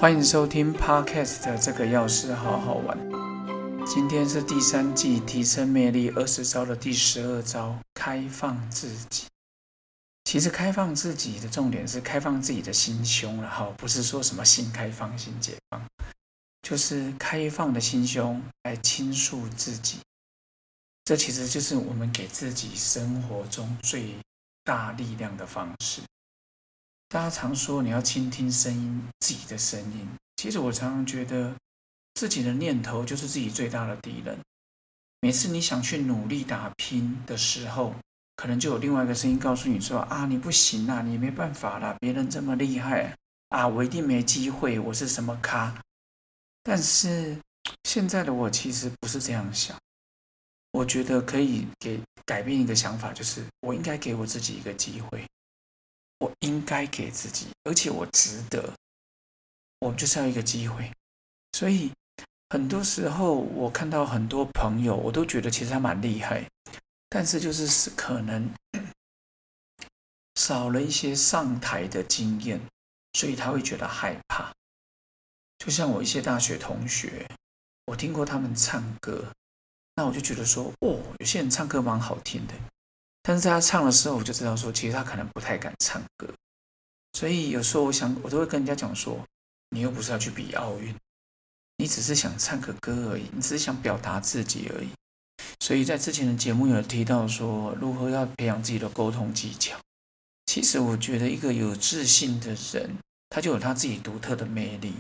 欢迎收听 Podcast 的这个钥匙好好玩。今天是第3季提升魅力20招的第12招，开放自己。其实开放自己的重点是开放自己的心胸了，不是说什么新开放、新解放，就是开放的心胸来倾诉自己。这其实就是我们给自己生活中最大力量的方式。大家常说你要倾听声音，自己的声音。其实我常常觉得自己的念头就是自己最大的敌人。每次你想去努力打拼的时候，可能就有另外一个声音告诉你说你不行啦，你没办法啦，别人这么厉害我一定没机会，我是什么咖。但是现在的我其实不是这样想，我觉得可以改变一个想法，就是我应该给我自己一个机会，我应该给自己，而且我值得，我就是要一个机会。所以很多时候我看到很多朋友，我都觉得其实他蛮厉害，但是就是可能少了一些上台的经验，所以他会觉得害怕。就像我一些大学同学，我听过他们唱歌，那我就觉得说有些人唱歌蛮好听的，但是在他唱的时候，我就知道说其实他可能不太敢唱歌。所以有时候我都会跟人家讲说，你又不是要去比奥运，你只是想唱个歌而已，你只是想表达自己而已。所以在之前的节目有提到说，如何要培养自己的沟通技巧。其实我觉得一个有自信的人，他就有他自己独特的魅力。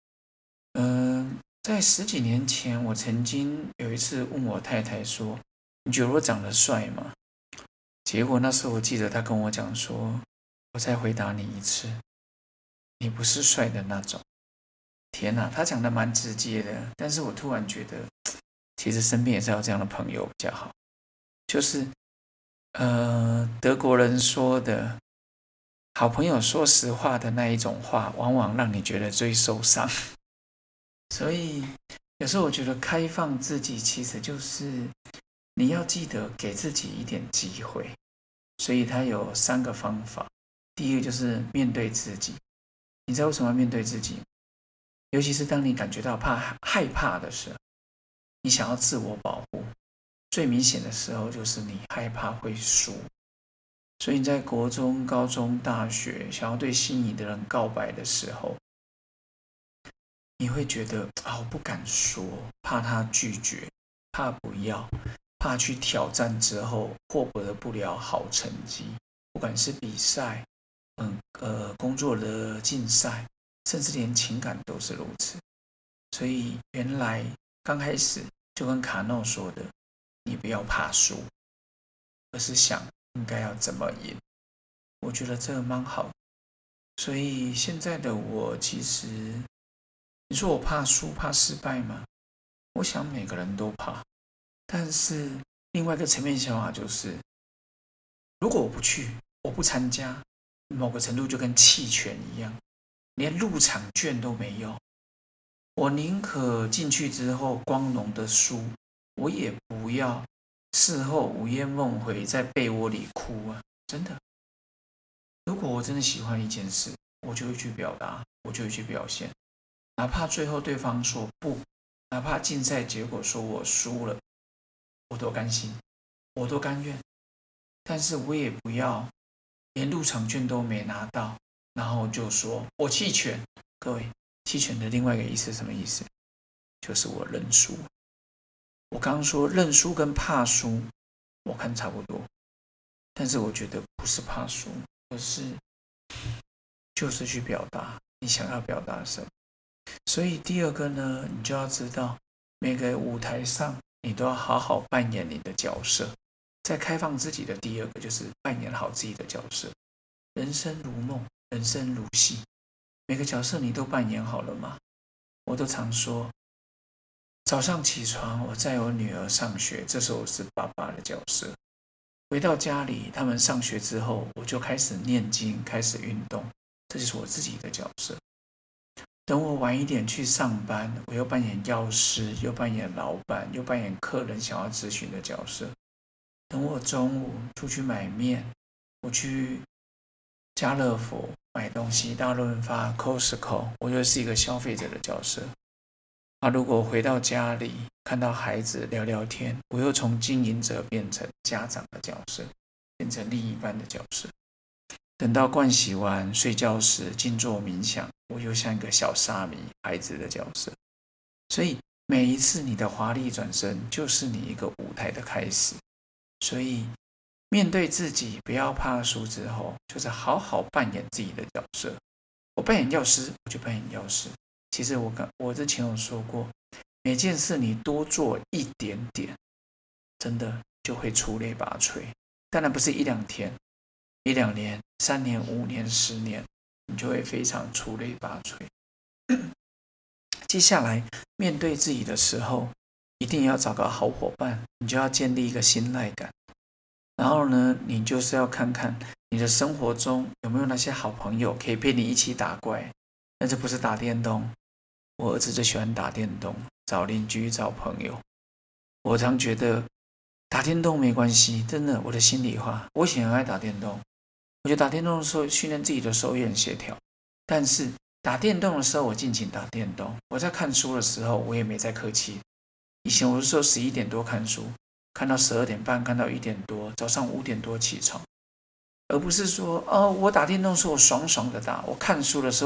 在10几年前，我曾经有一次问我太太说，你觉得我长得帅吗？结果那时候我记得她跟我讲说，我再回答你一次，你不是帅的那种。天哪，他讲的蛮直接的，但是我突然觉得，其实身边也是要这样的朋友比较好。就是德国人说的，好朋友说实话的那一种话，往往让你觉得最受伤。所以有时候我觉得开放自己，其实就是你要记得给自己一点机会。所以它有3个方法。第一个就是面对自己。你知道为什么要面对自己？尤其是当你感觉到害怕的时候，你想要自我保护，最明显的时候就是你害怕会输。所以你在国中、高中、大学想要对心仪的人告白的时候，你会觉得我不敢说，怕他拒绝，怕不要，怕去挑战之后获得不了好成绩，不管是比赛、工作的竞赛，甚至连情感都是如此。所以原来刚开始就跟卡诺说的，你不要怕输，而是想应该要怎么赢。我觉得这个蛮好。所以现在的我其实，你说我怕输怕失败吗？我想每个人都怕。但是另外一个层面想法就是，如果我不去，我不参加，某个程度就跟弃权一样，连入场券都没有。我宁可进去之后光荣的输，我也不要事后午夜梦回在被窝里哭真的。如果我真的喜欢一件事，我就会去表达，我就会去表现，哪怕最后对方说不，哪怕竞赛结果说我输了，我都甘心，我都甘愿。但是我也不要连入场券都没拿到，然后就说我弃权。各位，弃权的另外一个意思是什么意思？就是我认输。我刚刚说认输跟怕输，我看差不多，但是我觉得不是怕输，而是就是去表达你想要表达什么。所以第二个呢，你就要知道，每个舞台上你都要好好扮演你的角色。在开放自己的第二个就是扮演好自己的角色。人生如梦，人生如戏，每个角色你都扮演好了吗？我都常说，早上起床，我载我女儿上学，这时候我是爸爸的角色。回到家里，他们上学之后，我就开始念经，开始运动，这就是我自己的角色。等我晚一点去上班，我又扮演药师，又扮演老板，又扮演客人想要咨询的角色。等我中午出去买面，我去家乐福买东西，大润发、Costco，我就是一个消费者的角色。如果回到家里看到孩子聊聊天，我又从经营者变成家长的角色，变成另一半的角色。等到盥洗完睡觉时静坐冥想，我又像一个小沙弥孩子的角色。所以每一次你的华丽转身，就是你一个舞台的开始。所以面对自己不要怕输之后，就是好好扮演自己的角色。我扮演药师，我就扮演药师。其实我之前有说过，每件事你多做一点点，真的就会出类拔萃。当然不是一两天、一两年、3年、5年、10年，你就会非常出类拔萃。接下来面对自己的时候，一定要找个好伙伴，你就要建立一个信赖感。然后呢，你就是要看看你的生活中有没有那些好朋友可以陪你一起打怪，但是不是打电动。我儿子就喜欢打电动，找邻居找朋友。我常觉得打电动没关系，真的，我的心里话，我以前很爱打电动。我觉得打电动的时候训练自己的手眼协调，但是打电动的时候我尽情打电动，我在看书的时候我也没在客气。以前我是说11点多看书，看到12点半，看到1点多，早上5点多起床，而不是说我打电动的时候我爽爽的打，我看书的时候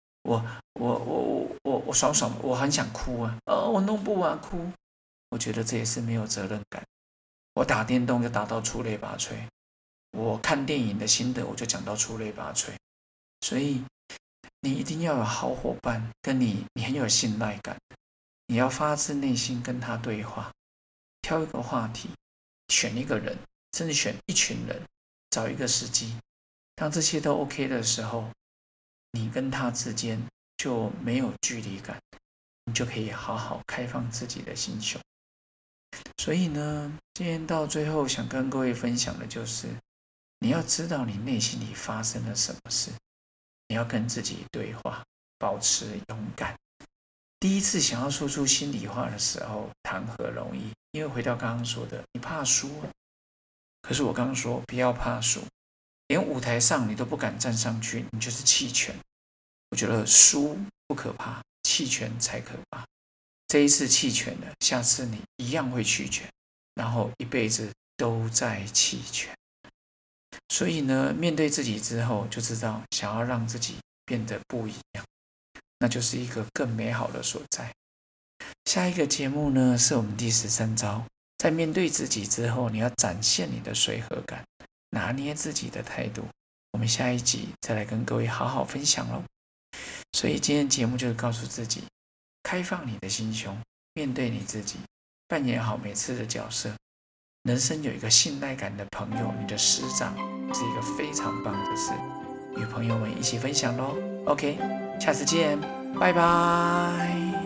我爽爽，我很想哭啊，我弄不完哭。我觉得这也是没有责任感。我打电动就打到出类拔萃，我看电影的心得我就讲到出类拔萃。所以你一定要有好伙伴，跟你很有信赖感，你要发自内心跟他对话，挑一个话题，选一个人，甚至选一群人，找一个时机。当这些都 OK 的时候，你跟他之间就没有距离感，你就可以好好开放自己的心胸。所以呢，今天到最后想跟各位分享的就是，你要知道你内心里发生了什么事，你要跟自己对话，保持勇敢。第一次想要说出心里话的时候，谈何容易？因为回到刚刚说的，你怕输啊。可是我刚刚说，不要怕输，连舞台上你都不敢站上去，你就是弃权。我觉得输不可怕，弃权才可怕。这一次弃权了，下次你一样会弃权，然后一辈子都在弃权。所以呢，面对自己之后，就知道想要让自己变得不一样，那就是一个更美好的所在。下一个节目呢，是我们第13招，在面对自己之后，你要展现你的随和感，拿捏自己的态度。我们下一集再来跟各位好好分享咯。所以今天节目就是告诉自己，开放你的心胸，面对你自己，扮演好每次的角色。人生有一个信赖感的朋友，你的师长是一个非常棒的事，与朋友们一起分享咯。OK，下次见，拜拜。